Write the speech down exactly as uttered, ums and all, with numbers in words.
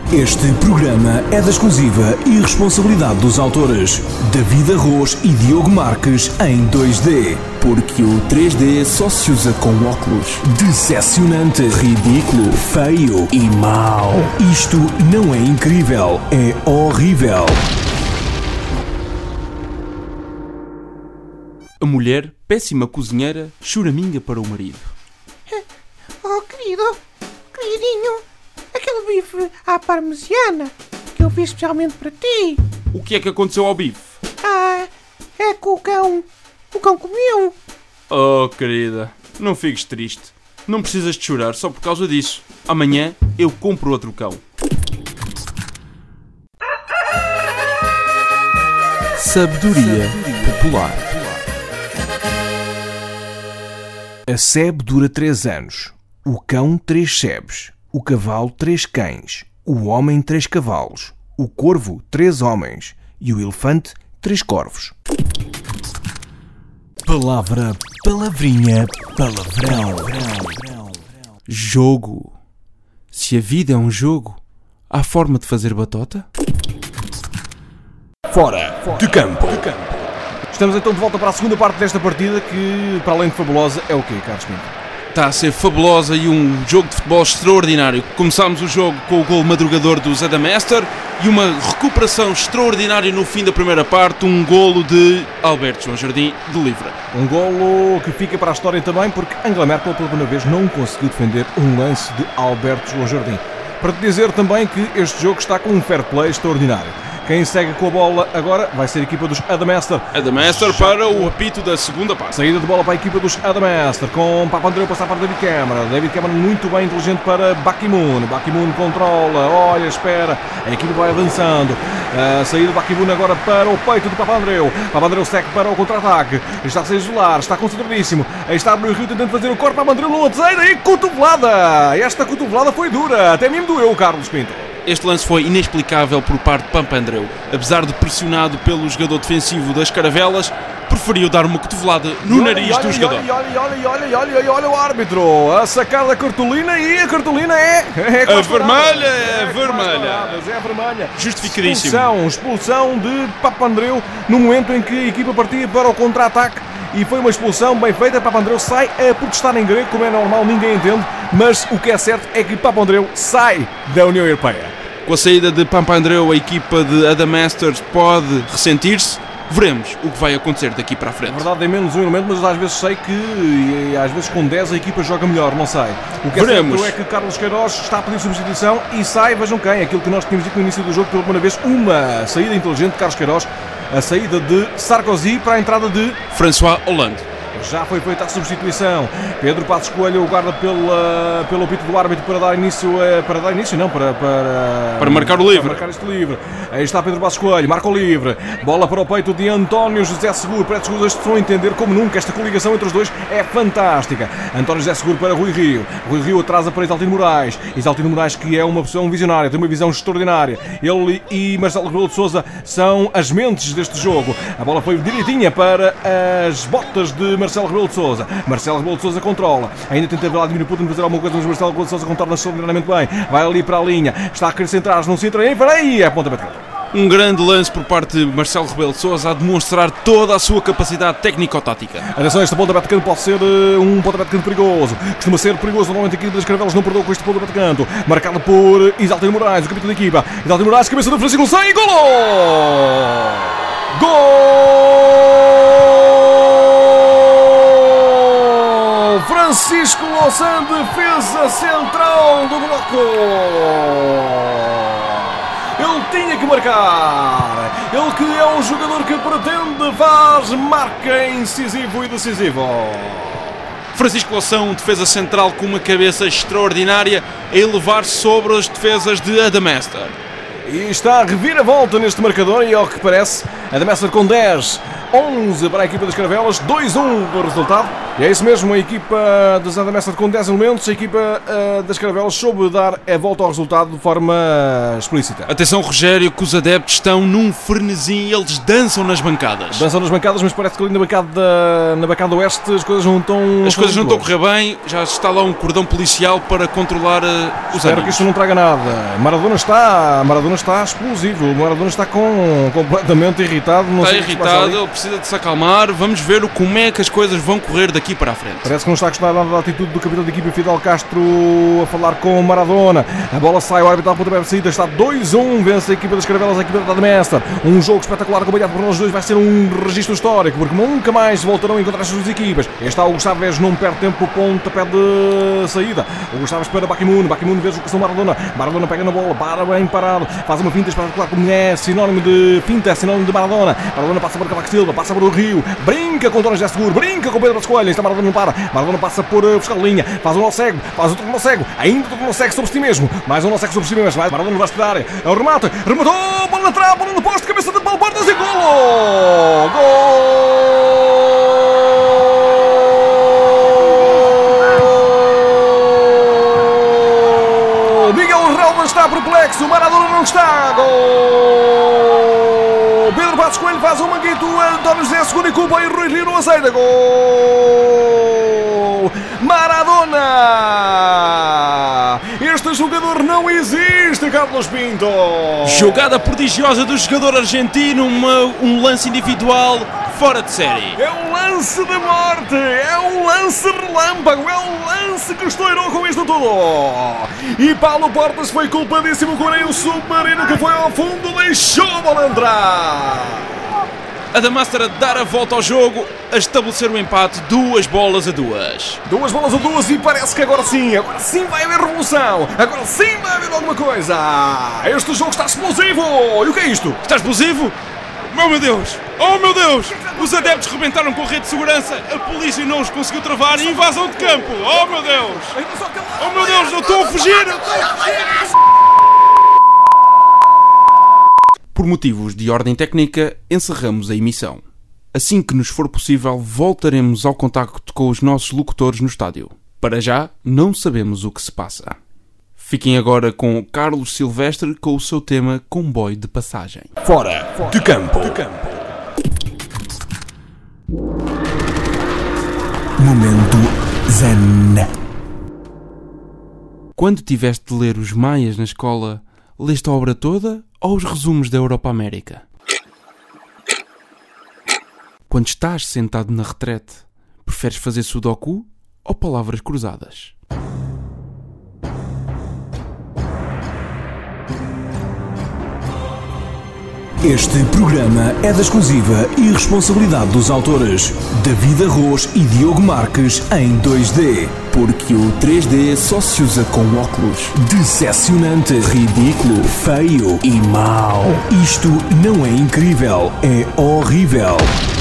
Este programa é da exclusiva e responsabilidade dos autores David Arroz e Diogo Marques em dois D, porque o três D só se usa com óculos. Decepcionante, ridículo, feio e mau. Isto não é incrível, é horrível. A mulher, péssima cozinheira, choraminga para o marido. Oh, querido, queridinho, aquele bife à parmesiana que eu fiz especialmente para ti. O que é que aconteceu ao bife? Ah, é que o cão, o cão comeu. Oh, querida, não fiques triste. Não precisas de chorar só por causa disso. Amanhã eu compro outro cão. Sabedoria popular. A sebe dura três anos, o cão três sebes, o cavalo três cães, o homem três cavalos, o corvo três homens e o elefante três corvos. Palavra, palavrinha, palavrão. Jogo. Se a vida é um jogo, há forma de fazer batota? Fora de campo. Estamos então de volta para a segunda parte desta partida que, para além de fabulosa, é o quê, Carlos Pinto? Está a ser fabulosa e um jogo de futebol extraordinário. Começámos o jogo com o gol madrugador do Zé da Master e uma recuperação extraordinária no fim da primeira parte, um golo de Alberto João Jardim de livre. Um golo que fica para a história também porque Angela Merkel pela primeira vez não conseguiu defender um lance de Alberto João Jardim. Para te dizer também que este jogo está com um fair play extraordinário. Quem segue com a bola agora vai ser a equipa dos Adamaster. Adamaster para o apito da segunda parte. Saída de bola para a equipa dos Adamaster, com Papandreou passar para David Cameron. David Cameron muito bem, inteligente para Bakimun. Bakimun controla, olha, espera. A equipa vai avançando. A saída de Bakimun agora para o peito de Papandreou. Papandreou segue para o contra-ataque. Está a se isolar, está concentradíssimo. Aí está Rui Rio tentando fazer o corte. Papandreou numa terceira e cotovelada. Esta cotovelada foi dura. Até mim doeu, Carlos Pinto. Este lance foi inexplicável por parte de Papandreou. Apesar de pressionado pelo jogador defensivo das Caravelas, preferiu dar uma cotovelada no olha, nariz olha, do jogador. Olha, olha, olha, olha, olha, olha, olha o árbitro a sacar da cartolina e a cartolina é... é a vermelha, é a vermelha. É a vermelha. Justificadíssimo. Expulsão, expulsão de Papandreou no momento em que a equipa partia para o contra-ataque. E foi uma expulsão bem feita. Papandreou sai a protestar em grego, como é normal, ninguém entende. Mas o que é certo é que Papandreou sai da União Europeia. Com a saída de Papandreou, a equipa de Adamasters pode ressentir-se. Veremos o que vai acontecer daqui para a frente. Na verdade é menos um elemento, mas às vezes sei que e às vezes com dez a equipa joga melhor, não sei. O que é Veremos. certo é que Carlos Queiroz está a pedir substituição e sai, vejam quem, aquilo que nós tínhamos dito no início do jogo pela primeira vez, uma saída inteligente de Carlos Queiroz, a saída de Sarkozy para a entrada de François Hollande. Já foi feita a substituição. Pedro Passos Coelho guarda pela, pelo pito do árbitro para dar início, a, para dar início não, para, para, para marcar o livre. Para marcar este livre. Aí está Pedro Passos Coelho, marca o livre. Bola para o peito de António José Seguro. Para Seguro estão a entender como nunca. Esta coligação entre os dois é fantástica. António José Seguro para Rui Rio. Rui Rio atrasa para Isaltino Moraes. Isaltino Moraes que é uma pessoa visionária, tem uma visão extraordinária. Ele e Marcelo Rebelo de Sousa são as mentes deste jogo. A bola foi direitinha para as botas de Marcelo Marcelo Rebelo de Sousa. Marcelo Rebelo de Sousa controla. Ainda tenta Vladimir Putin fazer alguma coisa, mas Marcelo Rebelo de Sousa contorna extraordinariamente bem. Vai ali para a linha. Está a querer centrar, não se entra. Aí é a ponta batida. Um grande lance por parte de Marcelo Rebelo de Sousa a demonstrar toda a sua capacidade técnico-tática. Atenção, este pontapé de canto pode ser uh, um pontapé de canto perigoso. Costuma ser perigoso. Normalmente a equipa das Caravelas não perdoa com este pontapé de canto. Marcado por Isaltino Moraes, o capitão da equipa. Isaltino Moraes, cabeça do Francisco Louçã e golo! Gol! Francisco Louçã, defesa central do bloco. Ele tinha que marcar. Ele que é um jogador que pretende, faz, marca incisivo e decisivo. Francisco Louçã, defesa central com uma cabeça extraordinária a elevar-se sobre as defesas de Adamaster. E está a reviravolta neste marcador e ao que parece, Adamaster com dez, onze para a equipa das Caravelas, dois a um o resultado. E é isso mesmo, a equipa do Zé Mestre com dez elementos, a equipa uh, das Caravelas soube dar a volta ao resultado de forma explícita. Atenção, Rogério, que os adeptos estão num frenesim e eles dançam nas bancadas. Dançam nas bancadas, mas parece que ali na bancada, na bancada oeste as coisas não estão... As coisas não estão a correr bem, já está lá um cordão policial para controlar uh, os Espero amigos. que isto não traga nada. Maradona está, Maradona está explosivo, Maradona está com, completamente irritado. Não Está sei o que se passa irritado, ali. ele precisa de se acalmar. Vamos ver o- como é que as coisas vão correr daqui para a frente. Parece que não está a gostar nada da atitude do capitão da equipa, Fidel Castro, a falar com Maradona. A bola sai, o árbitro à pontapé de saída, está dois a um, vence a equipa das Caravelas, a equipa da Mestre. Um jogo espetacular acompanhado por nós dois, vai ser um registro histórico, porque nunca mais voltarão a encontrar as suas equipas. Este está o Gustavo Vez, não perde tempo, o pontapé de saída. O Gustavo espera Bakimuno, Bakimuno vê a deslocação Maradona. Maradona pega na bola, para bem parado, faz uma finta espetacular, como é sinónimo de finta, é sinónimo de Maradona. Maradona passa por Cavaco Silva, passa por o Rio, brinca com António José Seguro, brinca com Pedro Pascoal, está Maradona não para. Maradona passa por uh, buscar linha, faz um nó cego, faz outro nó cego, ainda outro nó cego sobre si mesmo, mais um nó cego sobre si mesmo, vai Maradona no vasto da área, é o remate, rematou, bola na trave, bola no posto, cabeça de Paulo Portas e golo! Gol! Miguel Relva está perplexo, Maradona não está, gol! Pedro Passos Coelho faz um manguito, António José Seguro e culpa e Rui Rio não aceita, gol! Maradona! Este jogador não existe, Carlos Pinto! Jogada prodigiosa do jogador argentino, uma, um lance individual fora de série. É um lance de morte, é um lance relâmpago, é um lance que estourou com isto tudo. E Paulo Portas foi culpadíssimo com o submarino que foi ao fundo, deixou a bola entrar. A Damastor a dar a volta ao jogo, a estabelecer o empate, duas bolas a duas. Duas bolas a duas e parece que agora sim, agora sim vai haver revolução, agora sim vai haver alguma coisa. Este jogo está explosivo. E o que é isto? Está explosivo? Oh meu Deus! Oh meu Deus! Os adeptos rebentaram com a rede de segurança, a polícia não os conseguiu travar e invasão de campo! Oh meu Deus! Oh meu Deus, eu estou a fugir! Eu estou a fugir! Por motivos de ordem técnica, encerramos a emissão. Assim que nos for possível, voltaremos ao contacto com os nossos locutores no estádio. Para já, não sabemos o que se passa. Fiquem agora com Carlos Silvestre com o seu tema Comboio de Passagem. Fora, Fora de campo. De campo. Momento Zen. Quando tiveste de ler os Maias na escola, leste a obra toda ou os resumos da Europa América? Quando estás sentado na retrete, preferes fazer sudoku ou palavras cruzadas? Este programa é da exclusiva e responsabilidade dos autores David Arroz e Diogo Marques em dois D, porque o três D só se usa com óculos. Decepcionante, ridículo, feio e mau. Isto não é incrível, é horrível.